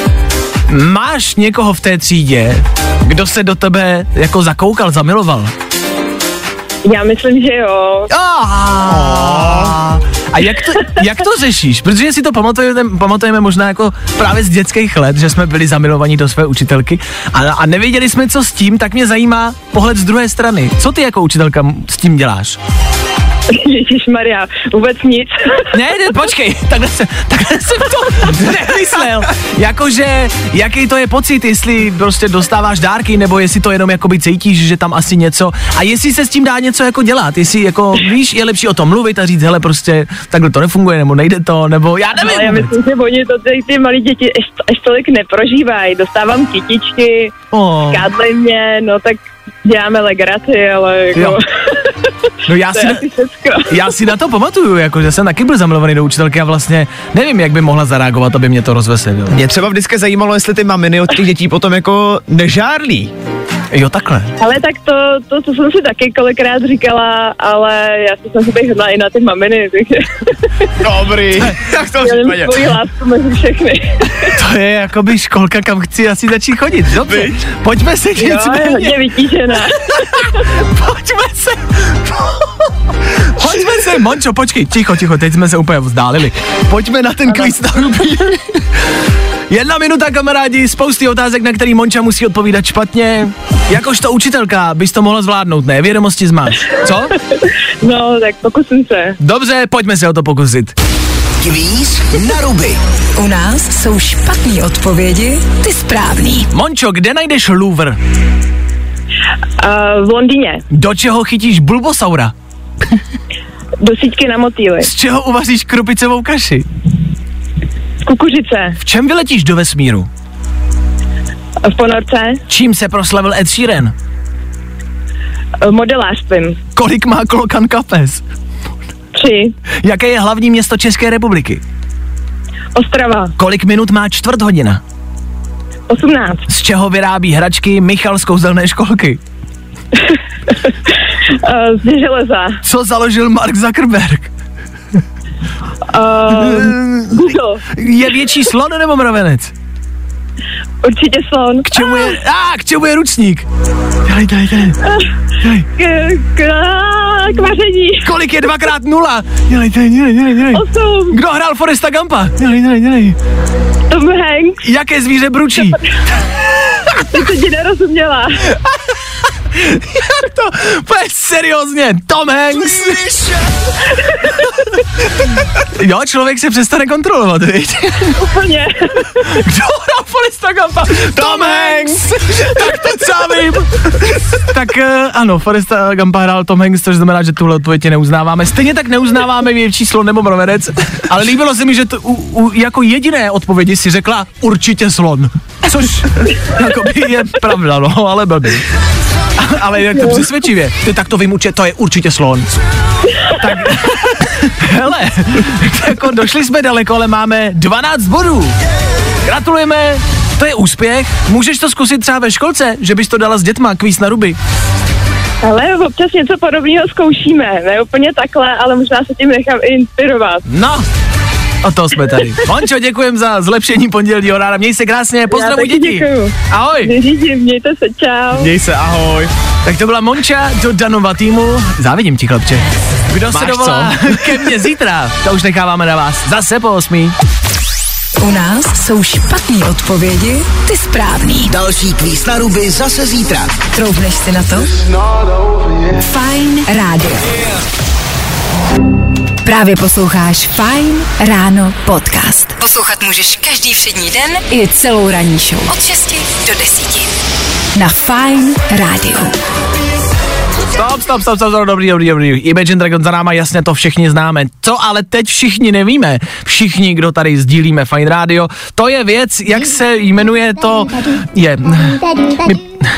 Speaker 2: Máš někoho v té třídě, kdo se do tebe jako zakoukal, zamiloval?
Speaker 5: Já myslím, že jo.
Speaker 2: Ah. A jak to, jak to řešíš? Protože si to pamatujeme, pamatujeme možná jako právě z dětských let, že jsme byli zamilovaní do své učitelky a, a nevěděli jsme, co s tím, tak mě zajímá pohled z druhé strany. Co ty jako učitelka s tím děláš?
Speaker 5: Ježišmarja, vůbec nic.
Speaker 2: Ne, ne, počkej, takhle jsem, takhle jsem to nemyslel. Jakože, jaký to je pocit, jestli prostě dostáváš dárky, nebo jestli to jenom jakoby cítíš, že tam asi něco, a jestli se s tím dá něco jako dělat, jestli jako, víš, je lepší o tom mluvit a říct, hele, prostě takhle to nefunguje, nebo nejde to, nebo já nevím.
Speaker 5: No, já myslím, že oni to ty, ty malí děti ještě, ještě tolik neprožívají. Dostávám kytičky,
Speaker 2: Oh.
Speaker 5: skádlej mě, no tak děláme legraci, ale jako...
Speaker 2: Jo. No já
Speaker 5: to
Speaker 2: si,
Speaker 5: je
Speaker 2: na,
Speaker 5: asi všecko.
Speaker 2: já si na to pamatuju, jako, že jsem taky byl zamilovaný do učitelky a vlastně nevím, jak by mohla zareagovat, aby mě to rozveselilo.
Speaker 3: Mě třeba vždycky zajímalo, jestli ty maminy od těch dětí potom jako nežárlí.
Speaker 2: Jo, takhle.
Speaker 5: Ale tak to, to, to jsem si taky kolikrát říkala, ale já si jsem si bych hodla i na ty maminy, takže...
Speaker 3: Dobrý. Jak to
Speaker 5: Já mám
Speaker 3: případě?
Speaker 5: svoji lásku mezi všechny.
Speaker 2: To je jakoby školka, kam chci asi začít chodit. Dobře, pojďme se
Speaker 5: Jo, je
Speaker 2: nicméně.
Speaker 5: hodně vytížená.
Speaker 2: Pojďme se. Pojďme se, Mončo, počkej, ticho, ticho, teď jsme se úplně vzdálili. Pojďme na ten kvíz na rubí. Jedna minuta, kamarádi, spousty otázek, na který Monča musí odpovídat špatně. Jakožto učitelka bys to mohla zvládnout, ne? Vědomosti zmáš. Co?
Speaker 5: No, tak pokusím se.
Speaker 2: Dobře, pojďme se o to pokusit.
Speaker 4: Kvíz na ruby.
Speaker 1: U nás jsou špatné odpovědi, ty správný.
Speaker 2: Mončo, kde najdeš Louvre?
Speaker 5: Uh, v Londýně.
Speaker 2: Do čeho chytíš bulbosaura?
Speaker 5: Do síťky na motýly.
Speaker 2: Z čeho uvaříš krupicovou kaši?
Speaker 5: Z kukuřice.
Speaker 2: V čem vyletíš do vesmíru?
Speaker 5: V ponorce.
Speaker 2: Čím se proslavil Ed Sheeran?
Speaker 5: Uh, modelářstvím.
Speaker 2: Kolik má klokan kapes?
Speaker 5: Tři.
Speaker 2: Jaké je hlavní město České republiky?
Speaker 5: Ostrava.
Speaker 2: Kolik minut má čtvrt hodina?
Speaker 5: Osmnáct.
Speaker 2: Z čeho vyrábí hračky Michal z kouzelné školky?
Speaker 5: Uh, z železa.
Speaker 2: Co založil Mark Zuckerberg?
Speaker 5: Uh, Google.
Speaker 2: Je větší slon nebo mravenec?
Speaker 5: Určitě slon.
Speaker 2: K čemu je, a, k čemu je ručník? Dělej, dělej, dělej. Dělej.
Speaker 5: K, k, k vaření.
Speaker 2: Kolik je dvakrát nula? Dělej, dělej, dělej, dělej, dělej.
Speaker 5: Osm.
Speaker 2: Kdo hrál Foresta Gumpa? Dělej, dělej, dělej.
Speaker 5: Tom Hanks.
Speaker 2: Jaké zvíře bručí?
Speaker 5: Ty se ti nerozuměla.
Speaker 2: Jak to? Pojď seriózně, Tom Hanks. Jo, člověk se přestane kontrolovat, viď?
Speaker 5: Úplně.
Speaker 2: Kdo hrál Foresta Gumpa? Tom Hanks. Tak to třeba vím. Tak uh, ano, Foresta Gumpa hrál Tom Hanks, což znamená, že tuhle odpověď neuznáváme. Stejně tak neuznáváme větší slon nebo mravenec, ale líbilo se mi, že to, u, u, jako jediné odpovědi si řekla určitě slon. Což jakoby je pravda, no, ale blbý. Ale jak to přesvědčivě. Ty tak to vím, to je určitě slon. Tak, hele, jako došli jsme daleko, ale máme dvanáct bodů. Gratulujeme, to je úspěch. Můžeš to zkusit třeba ve školce, že bys to dala s dětma, kvíz na ruby.
Speaker 5: Ale občas něco podobného zkoušíme, ne úplně takhle, ale možná se tím nechám inspirovat.
Speaker 2: No, o to jsme tady. Mončo, děkujem za zlepšení pondělního rána, měj se krásně, pozdravuj děti.
Speaker 5: Děkuju.
Speaker 2: Ahoj.
Speaker 5: Neřídím, mějte se, čau.
Speaker 3: Měj se, ahoj.
Speaker 2: Tak to byla Monča do Danova týmu. Závidím ti, chlapče. Kdo
Speaker 3: Máš
Speaker 2: se dovolá ke mně zítra, to už necháváme na vás. Zase po osmí.
Speaker 1: U nás jsou špatné odpovědi, ty správný.
Speaker 4: Další kvíz na ruby zase zítra.
Speaker 1: Troufneš si na to? Fajn rádio. Právě posloucháš Fajn ráno podcast. Poslouchat můžeš každý všední den i celou ranní show. Od šesti do desíti. Na Fajn rádiu.
Speaker 2: Stop, stop, stop, stop, dobrý, dobrý, dobrý. Imagine Dragons za náma, jasně to všichni známe. Co ale teď všichni nevíme, všichni, kdo tady sdílíme Fajn rádio, to je věc, jak se jmenuje to, je... My...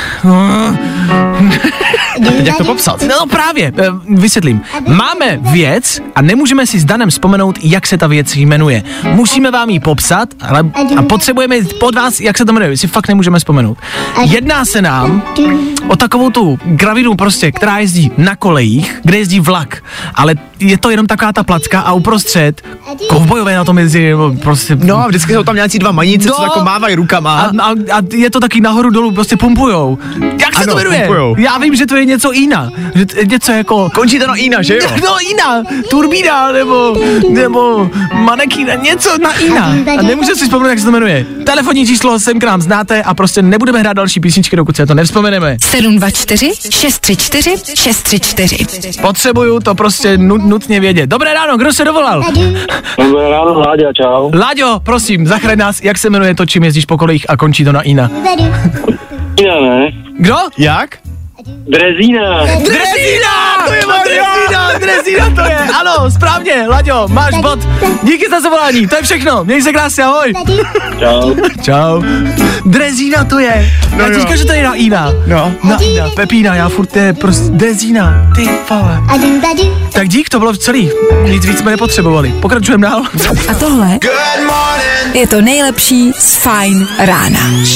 Speaker 3: Teď jak to popsat?
Speaker 2: No právě, vysvětlím. Máme věc a nemůžeme si s Danem vzpomenout, jak se ta věc jmenuje. Musíme vám ji popsat ale, a potřebujeme od vás, jak se to jmenuje, si fakt nemůžeme vzpomenout. Jedná se nám o takovou tu gravinu prostě, která jezdí na kolejích, kde jezdí vlak, ale je to jenom taková ta placka a uprostřed kovbojové na tom jezdí, prostě...
Speaker 3: No a vždycky jsou tam nějací dva maníci, no, co jako mávají rukama.
Speaker 2: A, a, a je to taky nahoru dolů, prostě pumpujou. Jak se
Speaker 3: ano,
Speaker 2: to jmenuje?
Speaker 3: Pumpujou.
Speaker 2: Já vím, že to je něco jiná. Že t- něco jako...
Speaker 3: Končí to na Ina, že jo?
Speaker 2: No Ina, turbína, nebo, nebo manekína, něco na Ina. A nemůžu si vzpomenout, jak se to jmenuje. Telefonní číslo sem k nám znáte a prostě nebudeme hrát další písničky, dokud se to nevzpomeneme.
Speaker 1: sedm dva čtyři šest tři čtyři šest tři čtyři.
Speaker 2: Potřebuju to prostě nutně vědět. Dobré ráno, kdo se dovolal?
Speaker 6: Dobré ráno, Láďa, čau.
Speaker 2: Láďo, prosím, zachraň nás, jak se jmenuje to, čím jezdíš po kolejích a končí to na Ina.
Speaker 6: Ina, ne?
Speaker 2: Kdo?
Speaker 3: Jak?
Speaker 6: Drezína.
Speaker 2: Drezína! To je Drezína, Drezína to je, ano, správně, Laďo, máš bod. Díky za zavolání, to je všechno, měj se krásně, ahoj.
Speaker 6: Čau.
Speaker 2: Čau. Drezína to je,
Speaker 3: No
Speaker 2: já ti
Speaker 3: jo.
Speaker 2: říkám, že to je na Ina.
Speaker 3: No.
Speaker 2: Na Ina, Pepína, já furt to je prostě Drezína, ty vole. Tak dík, to bylo celý, nic víc jsme nepotřebovali, pokračujeme dál.
Speaker 1: A tohle je to nejlepší z Fajn rána.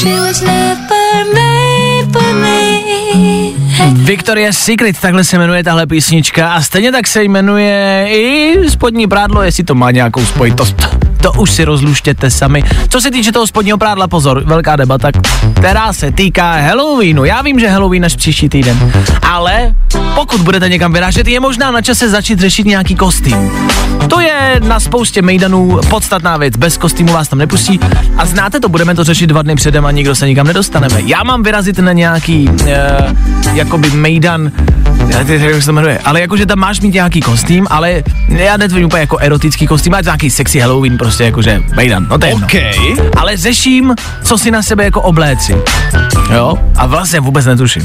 Speaker 2: Victoria's Secret, takhle se jmenuje tahle písnička a stejně tak se jmenuje i spodní prádlo, jestli to má nějakou spojitost. To už si rozluštěte sami. Co se týče toho spodního prádla, pozor, velká debata, která se týká Halloweenu. Já vím, že Halloween až příští týden, ale pokud budete někam vyrážet, je možná na čase začít řešit nějaký kostým. To je na spoustě mejdanů podstatná věc, bez kostýmu vás tam nepustí a znáte to, budeme to řešit dva dny předem a nikdo se nikam nedostaneme. Já mám vyrazit na nějaký, uh, jakoby mejdan, já teď nevím, jak se to jmenuje, ale jakože tam máš mít nějaký kostým, ale já netvím úplně jako erotický kostým, ale nějaký sexy Halloween, prostě jakože mejdan, no to je jedno.
Speaker 3: Okay.
Speaker 2: Ale řeším, co si na sebe jako obléci, jo, a vlastně vůbec netuším.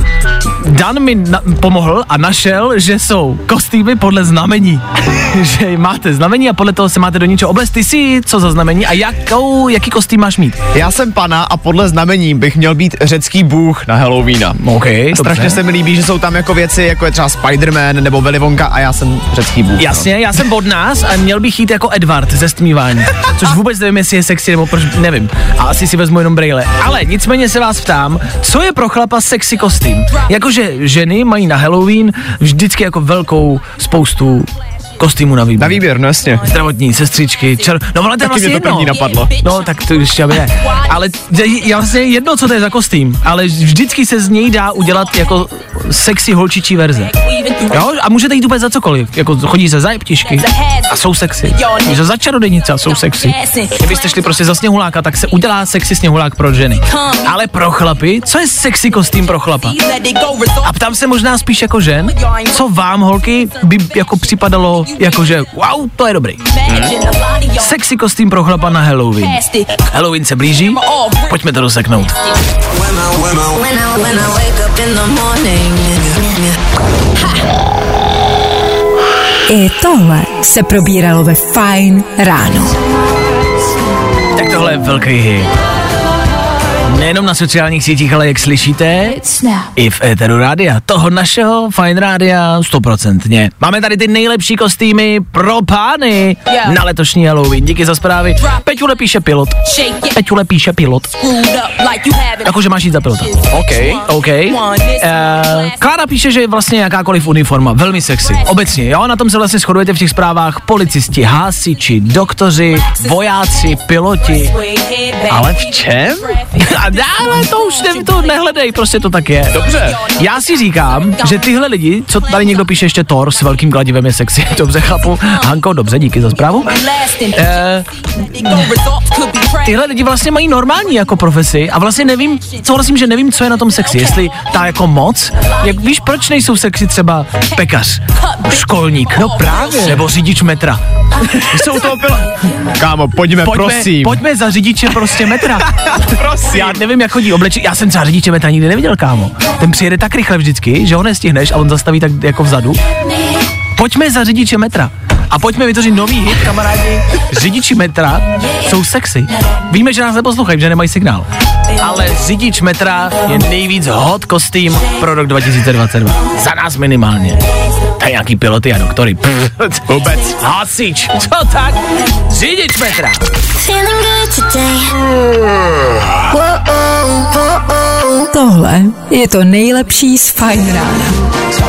Speaker 2: Dan mi na- pomohl a našel, že jsou kostýmy podle znamení. Že máte znamení a podle toho se máte do něčeho oblést. Ty si co za znamení a jakou, jaký kostým máš mít?
Speaker 3: Já jsem pana a podle znamení bych měl být řecký bůh na Halloweena.
Speaker 2: OK,
Speaker 3: Strašně se mi líbí, že jsou tam jako věci, jako je třeba Spider-Man nebo Willy Wonka a já jsem řecký bůh.
Speaker 2: Jasně, já jsem od nás a měl bych jít jako Edward ze stmívání. Což vůbec nevím, jestli je sexy nebo proč, nevím. A asi si vezmu jenom brejle. Ale nicméně se vás ptám, co je pro chlapa sexy kostým? Jakože ženy mají na Halloween vždycky jako velkou spoustu kostýmu na výběr.
Speaker 3: Na výběr, no jasně.
Speaker 2: Zdravotní, sestřičky, čer... No ale to je
Speaker 3: Taky
Speaker 2: vlastně
Speaker 3: mě to
Speaker 2: jedno.
Speaker 3: první napadlo.
Speaker 2: No tak to ještě je. Ale je vlastně jedno, co to je za kostým, ale vždycky se z něj dá udělat jako sexy holčičí verze. Jo? A můžete jít úplně za cokoliv. Jako chodí se za jeptišky a jsou sexy. Chodí se za čarodějnice a jsou sexy. Kdybyste šli prostě za sněhuláka, tak se udělá sexy sněhulák pro ženy. Ale pro chlapy, co je sexy kostým pro chlapa? A ptám se možná spíš jako žen, co vám, holky, by jako připadalo jakože wow, to je dobrý. Hmm. Sexy kostým pro chlapa na Halloween. Halloween se blíží, pojďme to doseknout.
Speaker 1: I tohle se probíralo ve Fajn ráno.
Speaker 2: Tak tohle je velký hit. Nejenom na sociálních sítích, ale jak slyšíte, i v éteru rádia, toho našeho Fajn rádia stoprocentně. Máme tady ty nejlepší kostýmy pro pány na letošní Halloween. Díky za zprávy. Peťule píše pilot. Peťule píše pilot. Jakože máš jít za pilota.
Speaker 3: OK.
Speaker 2: OK. Uh, Klára píše, že je vlastně jakákoliv uniforma, velmi sexy. Obecně, jo, na tom se vlastně shodujete v těch zprávách. Policisti, hasiči, doktoři, vojáci, piloti. Ale v čem? Ale to už ne, to nehledej, prostě to tak je.
Speaker 3: Dobře.
Speaker 2: Já si říkám, že tyhle lidi, co tady někdo píše ještě Thor s velkým kladivem je sexy, dobře chápu. Hanko, dobře, díky za zprávu. Eh, tyhle lidi vlastně mají normální jako profesi a vlastně nevím, co vlastně, že nevím, co je na tom sexy, jestli ta jako moc, jak víš, proč nejsou sexy třeba pekař, školník, no právě, nebo řidič metra.
Speaker 3: Jsou to pil... Kámo, pojďme,
Speaker 2: pojďme,
Speaker 3: prosím.
Speaker 2: Pojďme za řidiče prostě metra.
Speaker 3: Prosím.
Speaker 2: Já nevím, jak chodí obleči. Já jsem třeba řidiče metra nikdy neviděl, kámo. Ten přijede tak rychle vždycky, že ho nestihneš a on zastaví tak jako vzadu. Pojďme za řidiče metra. A pojďme vytvořit nový hit, kamarádi. Řidiči metra jsou sexy. Víme, že nás neposlouchají, že nemají signál. Ale řidič metra je nejvíc hot kostým pro rok dva tisíce dvacet dva. Za nás minimálně. A nějaký piloty a doktory. Vůbec. Hasič. Co tak? Řidič metra.
Speaker 1: Tohle je to nejlepší z Fajn rána.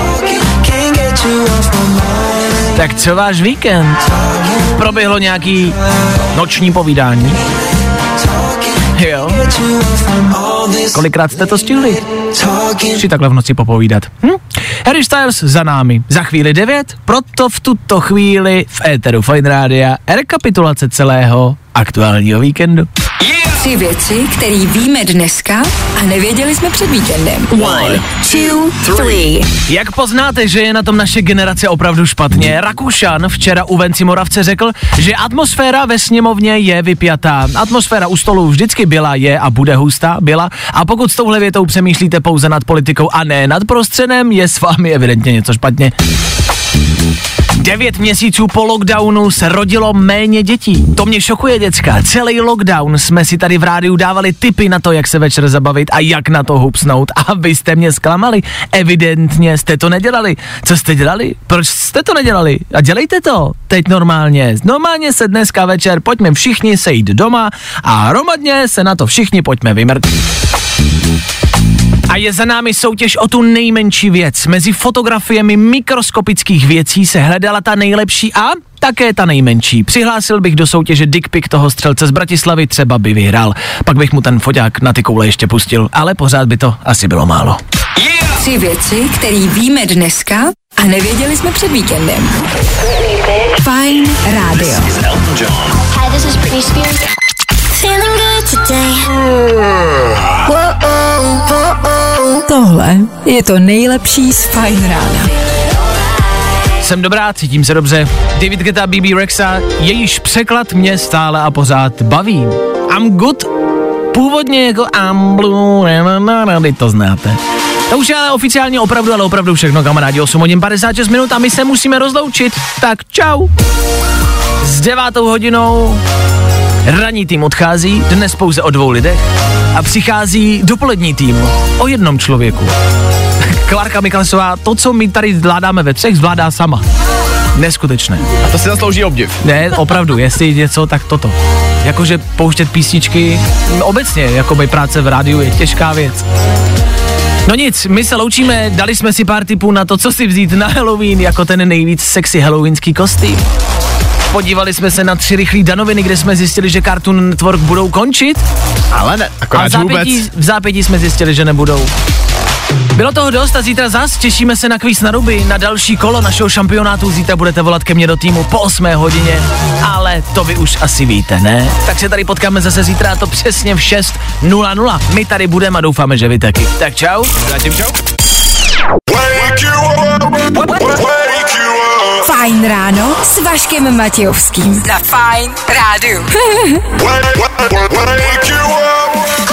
Speaker 2: Tak co váš víkend? Proběhlo nějaký noční povídání? Jo. Kolikrát jste to stihli? Si takhle v noci popovídat. Hm? Harry Styles za námi. Za chvíli devět, proto v tuto chvíli v éteru Fajn rádia rekapitulace celého aktuálního víkendu.
Speaker 1: Tři věci, které víme dneska a nevěděli jsme před víkendem. One, two, three.
Speaker 2: Jak poznáte, že je na tom naše generace opravdu špatně? Rakušan včera u Venci Moravce řekl, že atmosféra ve sněmovně je vypjatá. Atmosféra u stolu vždycky byla, je a bude hustá, byla. A pokud s touhle větou přemýšlíte pouze nad politikou a ne nad prostředem, je s vámi evidentně něco špatně. Devět měsíců po lockdownu se rodilo méně dětí. To mě šokuje, děcka. Celý lockdown jsme si tady v rádiu dávali tipy na to, jak se večer zabavit a jak na to hupsnout. A vy jste mě zklamali. Evidentně jste to nedělali. Co jste dělali? Proč jste to nedělali? A dělejte to. Teď normálně. Normálně se dneska večer pojďme všichni sejít doma a hromadně se na to všichni pojďme vymrt. A je za námi soutěž o tu nejmenší věc. Mezi fotografiemi mikroskopických věcí se hledala ta nejlepší a také ta nejmenší. Přihlásil bych do soutěže dick pic toho střelce z Bratislavy, třeba by vyhrál. Pak bych mu ten foťák na ty koule ještě pustil, ale pořád by to asi bylo málo.
Speaker 1: Yeah! Tři věci, které víme dneska a nevěděli jsme před víkendem. Fajn rádio.
Speaker 7: Hi, this is Britney Spears. Feeling good today.
Speaker 1: Tohle je to nejlepší z Fajn rána.
Speaker 2: Jsem dobrá, cítím se dobře. David Guetta, B B Rexa, jejíž překlad mě stále a pořád baví. I'm good. Původně jako I'm blue, vy to znáte. To už je ale oficiálně opravdu, ale opravdu všechno, kamarádi. osm hodin padesát šest minut a my se musíme rozloučit. Tak čau. S devátou hodinou ranní tým odchází, dnes pouze o dvou lidech a přichází dopolední tým o jednom člověku. Klárka Miklasová, to, co my tady zvládáme ve třech, zvládá sama. Neskutečné.
Speaker 3: A to si zaslouží obdiv.
Speaker 2: Ne, opravdu, jestli něco, tak toto. Jakože pouštět písničky, obecně, jako by práce v rádiu je těžká věc. No nic, my se loučíme, dali jsme si pár tipů na to, co si vzít na Halloween, jako ten nejvíc sexy halloweenský kostým. Podívali jsme se na tři rychlý danoviny, kde jsme zjistili, že Cartoon Network budou končit.
Speaker 3: Ale ne, akorát
Speaker 2: v zápětí,
Speaker 3: vůbec.
Speaker 2: v zápětí jsme zjistili, že nebudou. Bylo toho dost a zítra zas těšíme se na kvíz na ruby, na další kolo našeho šampionátu. Zítra budete volat ke mně do týmu po osmé hodině, ale to vy už asi víte, ne? Tak se tady potkáme zase zítra a to přesně v šest nula nula. My tady budeme a doufáme, že vy taky. Tak čau.
Speaker 3: Zatím čau.
Speaker 1: Fajn ráno s Vaškem Matějovským. Na Fajn rádiu.